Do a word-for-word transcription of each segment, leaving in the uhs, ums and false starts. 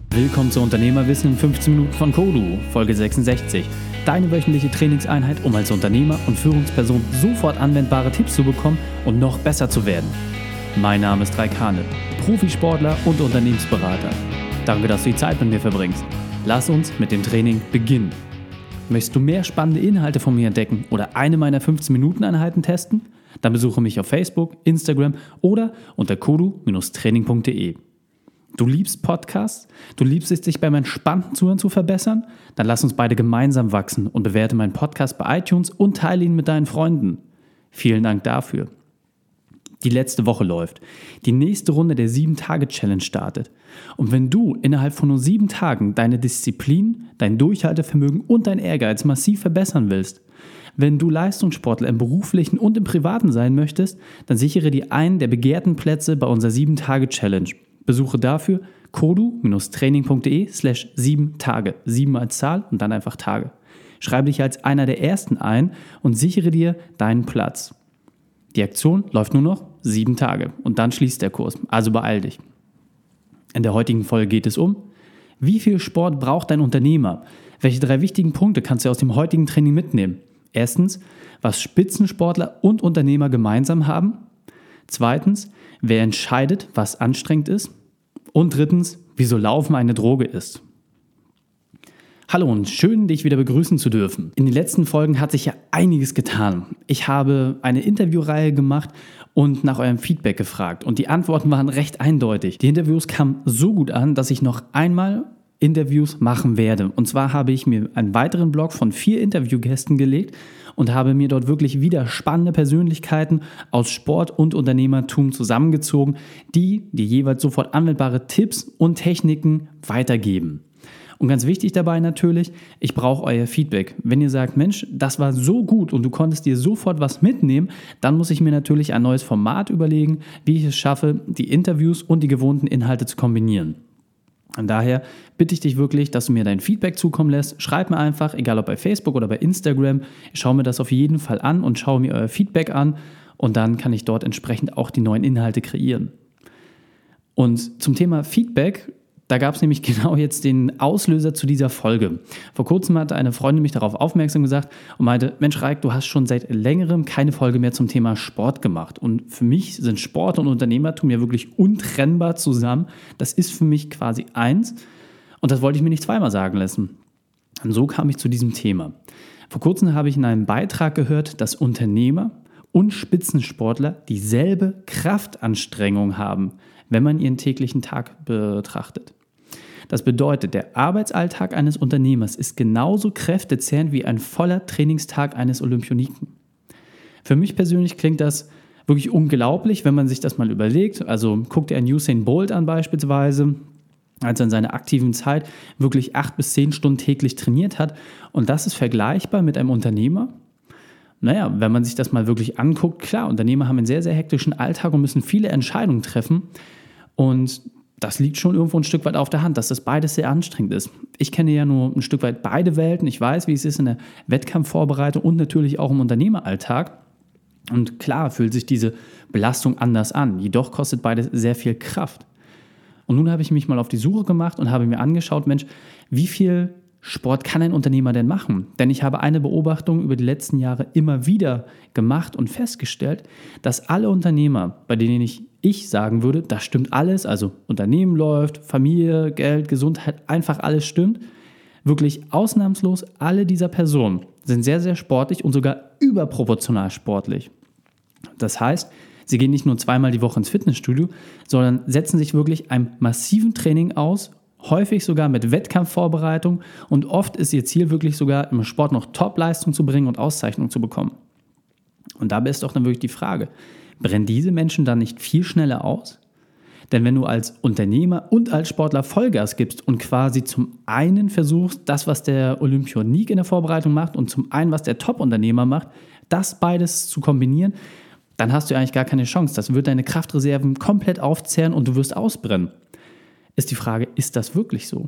Willkommen zu Unternehmerwissen in fünfzehn Minuten von Kodu, Folge sechsundsechzig. Deine wöchentliche Trainingseinheit, um als Unternehmer und Führungsperson sofort anwendbare Tipps zu bekommen und noch besser zu werden. Mein Name ist Raik Hane, Profisportler und Unternehmensberater. Danke, dass du die Zeit mit mir verbringst. Lass uns mit dem Training beginnen. Möchtest du mehr spannende Inhalte von mir entdecken oder eine meiner fünfzehn Minuten Einheiten testen? Dann besuche mich auf Facebook, Instagram oder unter kodu Training punkt de. Du liebst Podcasts? Du liebst es, dich beim entspannten Zuhören zu verbessern? Dann lass uns beide gemeinsam wachsen und bewerte meinen Podcast bei iTunes und teile ihn mit deinen Freunden. Vielen Dank dafür. Die letzte Woche läuft. Die nächste Runde der sieben Tage Challenge startet. Und wenn du innerhalb von nur sieben Tagen deine Disziplin, dein Durchhaltevermögen und dein Ehrgeiz massiv verbessern willst, wenn du Leistungssportler im beruflichen und im privaten sein möchtest, dann sichere dir einen der begehrten Plätze bei unserer sieben Tage Challenge. Besuche dafür kodu Training punkt de slash sieben Tage. sieben als Zahl und dann einfach Tage. Schreibe dich als einer der ersten ein und sichere dir deinen Platz. Die Aktion läuft nur noch sieben Tage und dann schließt der Kurs. Also beeil dich. In der heutigen Folge geht es um: Wie viel Sport braucht dein Unternehmer? Welche drei wichtigen Punkte kannst du aus dem heutigen Training mitnehmen? Erstens, was Spitzensportler und Unternehmer gemeinsam haben. Zweitens, wer entscheidet, was anstrengend ist. Und drittens, wieso Laufen eine Droge ist. Hallo und schön, dich wieder begrüßen zu dürfen. In den letzten Folgen hat sich ja einiges getan. Ich habe eine Interviewreihe gemacht und nach eurem Feedback gefragt. Und die Antworten waren recht eindeutig. Die Interviews kamen so gut an, dass ich noch einmal Interviews machen werde. Und zwar habe ich mir einen weiteren Blog von vier Interviewgästen gelegt und habe mir dort wirklich wieder spannende Persönlichkeiten aus Sport und Unternehmertum zusammengezogen, die dir jeweils sofort anwendbare Tipps und Techniken weitergeben. Und ganz wichtig dabei natürlich, ich brauche euer Feedback. Wenn ihr sagt, Mensch, das war so gut und du konntest dir sofort was mitnehmen, dann muss ich mir natürlich ein neues Format überlegen, wie ich es schaffe, die Interviews und die gewohnten Inhalte zu kombinieren. Und daher bitte ich dich wirklich, dass du mir dein Feedback zukommen lässt. Schreib mir einfach, egal ob bei Facebook oder bei Instagram. Ich schaue mir das auf jeden Fall an und schaue mir euer Feedback an. Und dann kann ich dort entsprechend auch die neuen Inhalte kreieren. Und zum Thema Feedback, da gab es nämlich genau jetzt den Auslöser zu dieser Folge. Vor kurzem hatte eine Freundin mich darauf aufmerksam gesagt und meinte, Mensch Raik, du hast schon seit längerem keine Folge mehr zum Thema Sport gemacht. Und für mich sind Sport und Unternehmertum ja wirklich untrennbar zusammen. Das ist für mich quasi eins und das wollte ich mir nicht zweimal sagen lassen. Und so kam ich zu diesem Thema. Vor kurzem habe ich in einem Beitrag gehört, dass Unternehmer und Spitzensportler dieselbe Kraftanstrengung haben, wenn man ihren täglichen Tag betrachtet. Das bedeutet, der Arbeitsalltag eines Unternehmers ist genauso kräftezehrend wie ein voller Trainingstag eines Olympioniken. Für mich persönlich klingt das wirklich unglaublich, wenn man sich das mal überlegt. Also guckt ihr einen Usain Bolt an beispielsweise, als er in seiner aktiven Zeit wirklich acht bis zehn Stunden täglich trainiert hat. Und das ist vergleichbar mit einem Unternehmer. Naja, wenn man sich das mal wirklich anguckt, klar, Unternehmer haben einen sehr, sehr hektischen Alltag und müssen viele Entscheidungen treffen. Und das liegt schon irgendwo ein Stück weit auf der Hand, dass das beides sehr anstrengend ist. Ich kenne ja nur ein Stück weit beide Welten. Ich weiß, wie es ist in der Wettkampfvorbereitung und natürlich auch im Unternehmeralltag. Und klar fühlt sich diese Belastung anders an. Jedoch kostet beides sehr viel Kraft. Und nun habe ich mich mal auf die Suche gemacht und habe mir angeschaut, Mensch, wie viel Sport kann ein Unternehmer denn machen? Denn ich habe eine Beobachtung über die letzten Jahre immer wieder gemacht und festgestellt, dass alle Unternehmer, bei denen ich, ich sagen würde, das stimmt alles, also Unternehmen läuft, Familie, Geld, Gesundheit, einfach alles stimmt, wirklich ausnahmslos alle dieser Personen sind sehr, sehr sportlich und sogar überproportional sportlich. Das heißt, sie gehen nicht nur zweimal die Woche ins Fitnessstudio, sondern setzen sich wirklich einem massiven Training aus, häufig sogar mit Wettkampfvorbereitung und oft ist ihr Ziel wirklich sogar im Sport noch Top-Leistung zu bringen und Auszeichnung zu bekommen. Und dabei ist doch dann wirklich die Frage, brennen diese Menschen dann nicht viel schneller aus? Denn wenn du als Unternehmer und als Sportler Vollgas gibst und quasi zum einen versuchst, das, was der Olympionik in der Vorbereitung macht und zum einen, was der Top-Unternehmer macht, das beides zu kombinieren, dann hast du eigentlich gar keine Chance. Das wird deine Kraftreserven komplett aufzehren und du wirst ausbrennen. Ist die Frage, ist das wirklich so?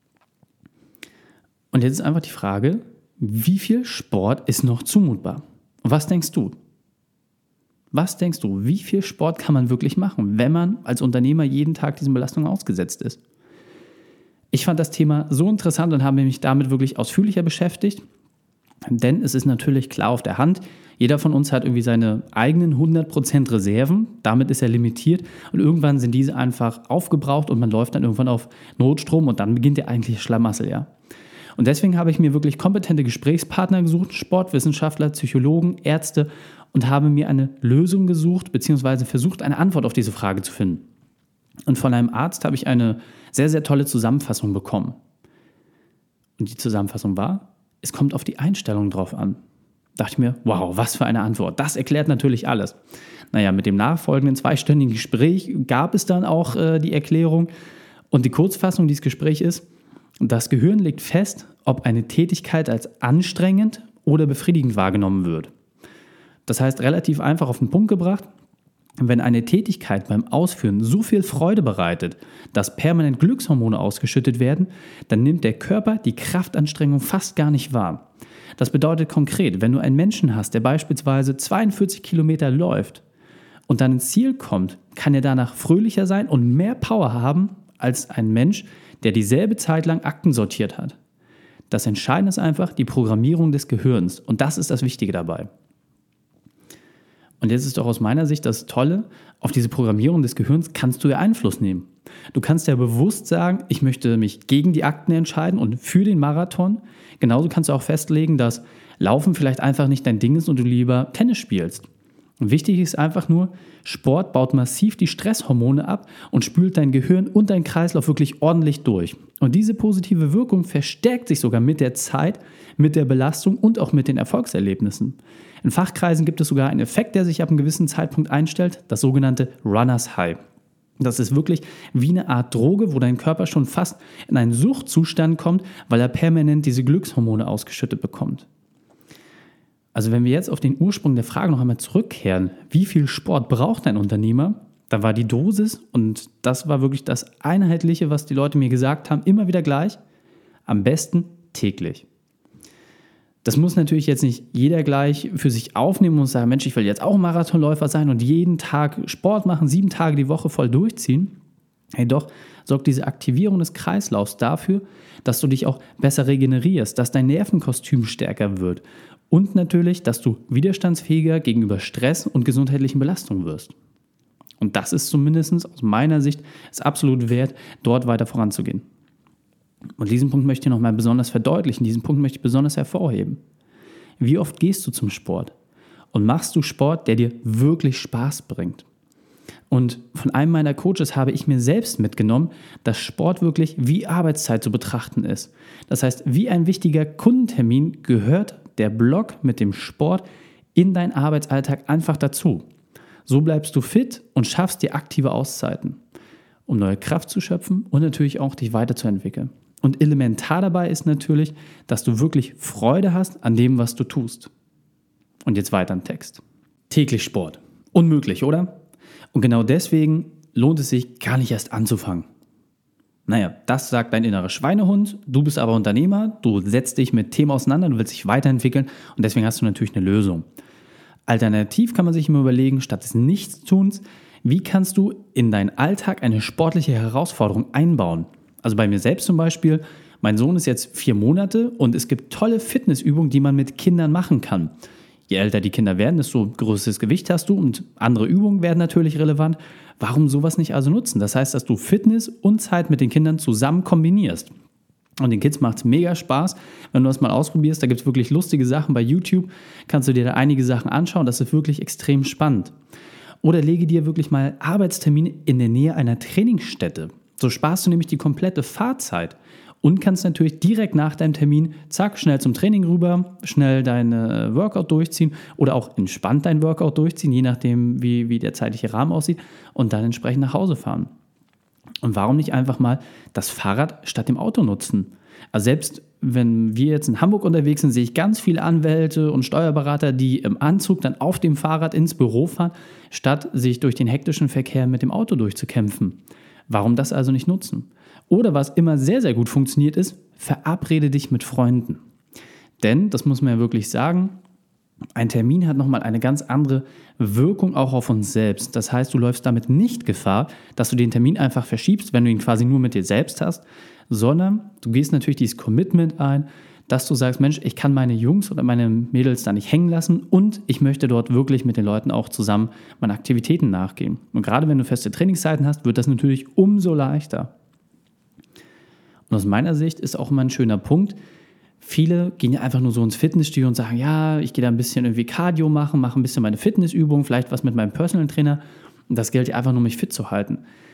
Und jetzt ist einfach die Frage, wie viel Sport ist noch zumutbar? Und was denkst du? Was denkst du, wie viel Sport kann man wirklich machen, wenn man als Unternehmer jeden Tag diesen Belastungen ausgesetzt ist? Ich fand das Thema so interessant und habe mich damit wirklich ausführlicher beschäftigt. Denn es ist natürlich klar auf der Hand, jeder von uns hat irgendwie seine eigenen hundert Prozent Reserven, damit ist er limitiert und irgendwann sind diese einfach aufgebraucht und man läuft dann irgendwann auf Notstrom und dann beginnt der eigentliche Schlamassel, ja. Und deswegen habe ich mir wirklich kompetente Gesprächspartner gesucht, Sportwissenschaftler, Psychologen, Ärzte und habe mir eine Lösung gesucht bzw. versucht, eine Antwort auf diese Frage zu finden. Und von einem Arzt habe ich eine sehr, sehr tolle Zusammenfassung bekommen. Und die Zusammenfassung war: Es kommt auf die Einstellung drauf an. Dachte ich mir, wow, was für eine Antwort. Das erklärt natürlich alles. Naja, mit dem nachfolgenden zweistündigen Gespräch gab es dann auch äh, die Erklärung. Und die Kurzfassung dieses Gesprächs ist: Das Gehirn legt fest, ob eine Tätigkeit als anstrengend oder befriedigend wahrgenommen wird. Das heißt, relativ einfach auf den Punkt gebracht: Wenn eine Tätigkeit beim Ausführen so viel Freude bereitet, dass permanent Glückshormone ausgeschüttet werden, dann nimmt der Körper die Kraftanstrengung fast gar nicht wahr. Das bedeutet konkret, wenn du einen Menschen hast, der beispielsweise zweiundvierzig Kilometer läuft und dann ins Ziel kommt, kann er danach fröhlicher sein und mehr Power haben als ein Mensch, der dieselbe Zeit lang Akten sortiert hat. Das Entscheidende ist einfach die Programmierung des Gehirns und das ist das Wichtige dabei. Und jetzt ist doch aus meiner Sicht das Tolle, auf diese Programmierung des Gehirns kannst du ja Einfluss nehmen. Du kannst ja bewusst sagen, ich möchte mich gegen die Akten entscheiden und für den Marathon. Genauso kannst du auch festlegen, dass Laufen vielleicht einfach nicht dein Ding ist und du lieber Tennis spielst. Und wichtig ist einfach nur, Sport baut massiv die Stresshormone ab und spült dein Gehirn und dein Kreislauf wirklich ordentlich durch. Und diese positive Wirkung verstärkt sich sogar mit der Zeit, mit der Belastung und auch mit den Erfolgserlebnissen. In Fachkreisen gibt es sogar einen Effekt, der sich ab einem gewissen Zeitpunkt einstellt, das sogenannte Runners High. Das ist wirklich wie eine Art Droge, wo dein Körper schon fast in einen Suchtzustand kommt, weil er permanent diese Glückshormone ausgeschüttet bekommt. Also wenn wir jetzt auf den Ursprung der Frage noch einmal zurückkehren, wie viel Sport braucht ein Unternehmer, dann war die Dosis, und das war wirklich das Einheitliche, was die Leute mir gesagt haben, immer wieder gleich: Am besten täglich. Das muss natürlich jetzt nicht jeder gleich für sich aufnehmen und sagen, Mensch, ich will jetzt auch Marathonläufer sein und jeden Tag Sport machen, sieben Tage die Woche voll durchziehen. Hey, doch sorgt diese Aktivierung des Kreislaufs dafür, dass du dich auch besser regenerierst, dass dein Nervenkostüm stärker wird und natürlich, dass du widerstandsfähiger gegenüber Stress und gesundheitlichen Belastungen wirst. Und das ist zumindest aus meiner Sicht es absolut wert, dort weiter voranzugehen. Und diesen Punkt möchte ich nochmal besonders verdeutlichen, diesen Punkt möchte ich besonders hervorheben. Wie oft gehst du zum Sport? Und machst du Sport, der dir wirklich Spaß bringt? Und von einem meiner Coaches habe ich mir selbst mitgenommen, dass Sport wirklich wie Arbeitszeit zu betrachten ist. Das heißt, wie ein wichtiger Kundentermin gehört der Block mit dem Sport in deinen Arbeitsalltag einfach dazu. So bleibst du fit und schaffst dir aktive Auszeiten, um neue Kraft zu schöpfen und natürlich auch dich weiterzuentwickeln. Und elementar dabei ist natürlich, dass du wirklich Freude hast an dem, was du tust. Und jetzt weiter im Text. Täglich Sport. Unmöglich, oder? Und genau deswegen lohnt es sich gar nicht erst anzufangen. Naja, das sagt dein innerer Schweinehund. Du bist aber Unternehmer, du setzt dich mit Themen auseinander, du willst dich weiterentwickeln und deswegen hast du natürlich eine Lösung. Alternativ kann man sich immer überlegen, statt des Nichtstuns, wie kannst du in deinen Alltag eine sportliche Herausforderung einbauen? Also bei mir selbst zum Beispiel, mein Sohn ist jetzt vier Monate und es gibt tolle Fitnessübungen, die man mit Kindern machen kann. Je älter die Kinder werden, desto größeres Gewicht hast du und andere Übungen werden natürlich relevant. Warum sowas nicht also nutzen? Das heißt, dass du Fitness und Zeit mit den Kindern zusammen kombinierst. Und den Kids macht es mega Spaß, wenn du das mal ausprobierst. Da gibt es wirklich lustige Sachen bei YouTube. Kannst du dir da einige Sachen anschauen. Das ist wirklich extrem spannend. Oder lege dir wirklich mal Arbeitstermine in der Nähe einer Trainingsstätte. So sparst du nämlich die komplette Fahrzeit und kannst natürlich direkt nach deinem Termin, zack, schnell zum Training rüber, schnell dein Workout durchziehen oder auch entspannt dein Workout durchziehen, je nachdem, wie, wie der zeitliche Rahmen aussieht und dann entsprechend nach Hause fahren. Und warum nicht einfach mal das Fahrrad statt dem Auto nutzen? Also selbst wenn wir jetzt in Hamburg unterwegs sind, sehe ich ganz viele Anwälte und Steuerberater, die im Anzug dann auf dem Fahrrad ins Büro fahren, statt sich durch den hektischen Verkehr mit dem Auto durchzukämpfen. Warum das also nicht nutzen? Oder was immer sehr, sehr gut funktioniert ist, verabrede dich mit Freunden. Denn, das muss man ja wirklich sagen, Ein Termin hat nochmal eine ganz andere Wirkung auch auf uns selbst. Das heißt, du läufst damit nicht Gefahr, dass du den Termin einfach verschiebst, wenn du ihn quasi nur mit dir selbst hast, sondern du gehst natürlich dieses Commitment ein, dass du sagst, Mensch, ich kann meine Jungs oder meine Mädels da nicht hängen lassen und ich möchte dort wirklich mit den Leuten auch zusammen meine Aktivitäten nachgehen. Und gerade wenn du feste Trainingszeiten hast, wird das natürlich umso leichter. Und aus meiner Sicht ist auch immer ein schöner Punkt, viele gehen ja einfach nur so ins Fitnessstudio und sagen, ja, ich gehe da ein bisschen irgendwie Cardio machen, mache ein bisschen meine Fitnessübungen, vielleicht was mit meinem Personal Trainer und das gilt ja einfach nur, um mich fit zu halten.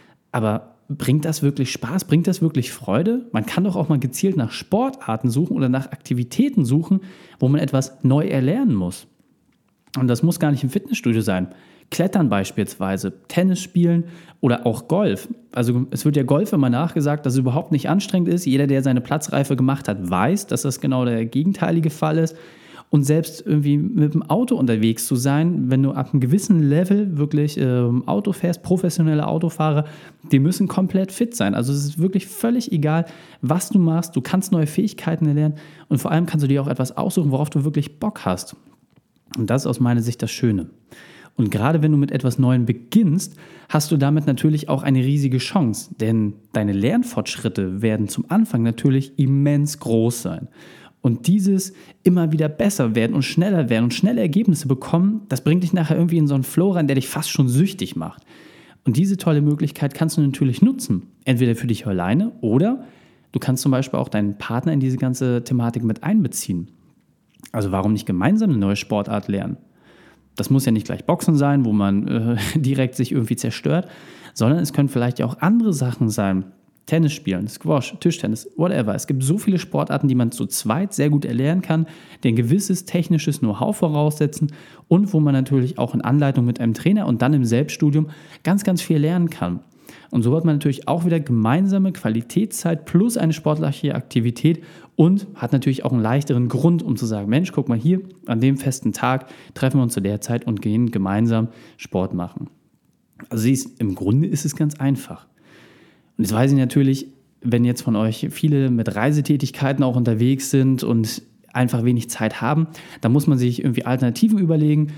Aber bringt das wirklich Spaß? Bringt das wirklich Freude? Man kann doch auch mal gezielt nach Sportarten suchen oder nach Aktivitäten suchen, wo man etwas neu erlernen muss. Und das muss gar nicht im Fitnessstudio sein. Klettern beispielsweise, Tennis spielen oder auch Golf. Also es wird ja Golf immer nachgesagt, dass es überhaupt nicht anstrengend ist. Jeder, der seine Platzreife gemacht hat, weiß, dass das genau der gegenteilige Fall ist. Und selbst irgendwie mit dem Auto unterwegs zu sein, wenn du ab einem gewissen Level wirklich äh, Auto fährst, professionelle Autofahrer, die müssen komplett fit sein. Also es ist wirklich völlig egal, was du machst. Du kannst neue Fähigkeiten erlernen und vor allem kannst du dir auch etwas aussuchen, worauf du wirklich Bock hast. Und das ist aus meiner Sicht das Schöne. Und gerade wenn du mit etwas Neuem beginnst, hast du damit natürlich auch eine riesige Chance, denn deine Lernfortschritte werden zum Anfang natürlich immens groß sein. Und dieses immer wieder besser werden und schneller werden und schnelle Ergebnisse bekommen, das bringt dich nachher irgendwie in so einen Flow rein, der dich fast schon süchtig macht. Und diese tolle Möglichkeit kannst du natürlich nutzen, entweder für dich alleine oder du kannst zum Beispiel auch deinen Partner in diese ganze Thematik mit einbeziehen. Also warum nicht gemeinsam eine neue Sportart lernen? Das muss ja nicht gleich Boxen sein, wo man äh, direkt sich irgendwie zerstört, sondern es können vielleicht ja auch andere Sachen sein. Tennis spielen, Squash, Tischtennis, whatever. Es gibt so viele Sportarten, die man zu zweit sehr gut erlernen kann, die ein gewisses technisches Know-how voraussetzen und wo man natürlich auch in Anleitung mit einem Trainer und dann im Selbststudium ganz, ganz viel lernen kann. Und so hat man natürlich auch wieder gemeinsame Qualitätszeit plus eine sportliche Aktivität und hat natürlich auch einen leichteren Grund, um zu sagen, Mensch, guck mal hier, an dem festen Tag treffen wir uns zu der Zeit und gehen gemeinsam Sport machen. Also siehst, im Grunde ist es ganz einfach. Und jetzt weiß ich natürlich, wenn jetzt von euch viele mit Reisetätigkeiten auch unterwegs sind und einfach wenig Zeit haben, dann muss man sich irgendwie Alternativen überlegen.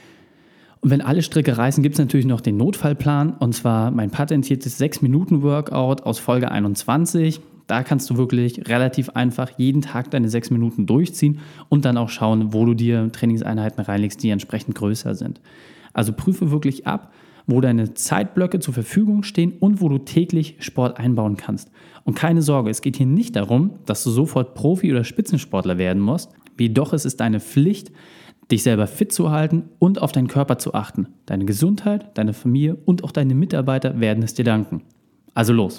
Und wenn alle Stricke reißen, gibt es natürlich noch den Notfallplan, und zwar mein patentiertes sechs Minuten Workout aus Folge einundzwanzig. Da kannst du wirklich relativ einfach jeden Tag deine sechs Minuten durchziehen und dann auch schauen, wo du dir Trainingseinheiten reinlegst, die entsprechend größer sind. Also prüfe wirklich ab, wo deine Zeitblöcke zur Verfügung stehen und wo du täglich Sport einbauen kannst. Und keine Sorge, es geht hier nicht darum, dass du sofort Profi- oder Spitzensportler werden musst. Jedoch ist es deine Pflicht, dich selber fit zu halten und auf deinen Körper zu achten. Deine Gesundheit, deine Familie und auch deine Mitarbeiter werden es dir danken. Also los!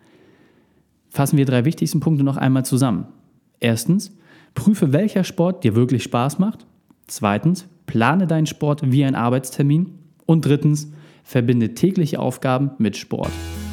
Fassen wir drei wichtigsten Punkte noch einmal zusammen. Erstens, prüfe, welcher Sport dir wirklich Spaß macht. Zweitens, plane deinen Sport wie ein Arbeitstermin. Und drittens, verbinde tägliche Aufgaben mit Sport.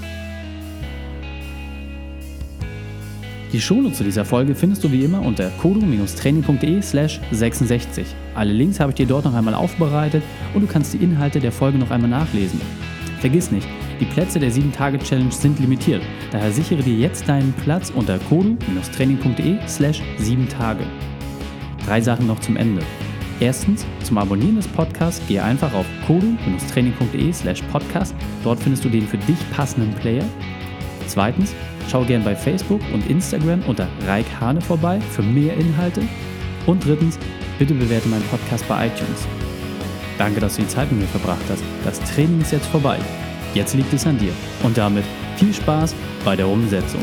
Die Shownotes zu dieser Folge findest du wie immer unter kodu-training.de slash sechsundsechzig. Alle Links habe ich dir dort noch einmal aufbereitet und du kannst die Inhalte der Folge noch einmal nachlesen. Vergiss nicht, die Plätze der sieben Tage Challenge sind limitiert, daher sichere dir jetzt deinen Platz unter kodu-training.de slash sieben Tage. Drei Sachen noch zum Ende. Erstens, zum Abonnieren des Podcasts gehe einfach auf kodu-training.de slash podcast. Dort findest du den für dich passenden Player. Zweitens, schau gern bei Facebook und Instagram unter Raik Hane vorbei für mehr Inhalte. Und drittens, bitte bewerte meinen Podcast bei iTunes. Danke, dass du die Zeit mit mir verbracht hast. Das Training ist jetzt vorbei. Jetzt liegt es an dir. Und damit viel Spaß bei der Umsetzung.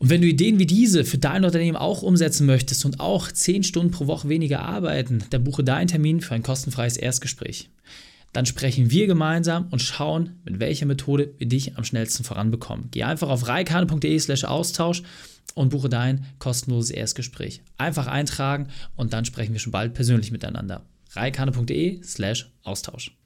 Und wenn du Ideen wie diese für dein Unternehmen auch umsetzen möchtest und auch zehn Stunden pro Woche weniger arbeiten, dann buche deinen Termin für ein kostenfreies Erstgespräch. Dann sprechen wir gemeinsam und schauen, mit welcher Methode wir dich am schnellsten voranbekommen. Geh einfach auf reikane.de slash Austausch und buche dein kostenloses Erstgespräch. Einfach eintragen und dann sprechen wir schon bald persönlich miteinander. reikane.de slash Austausch.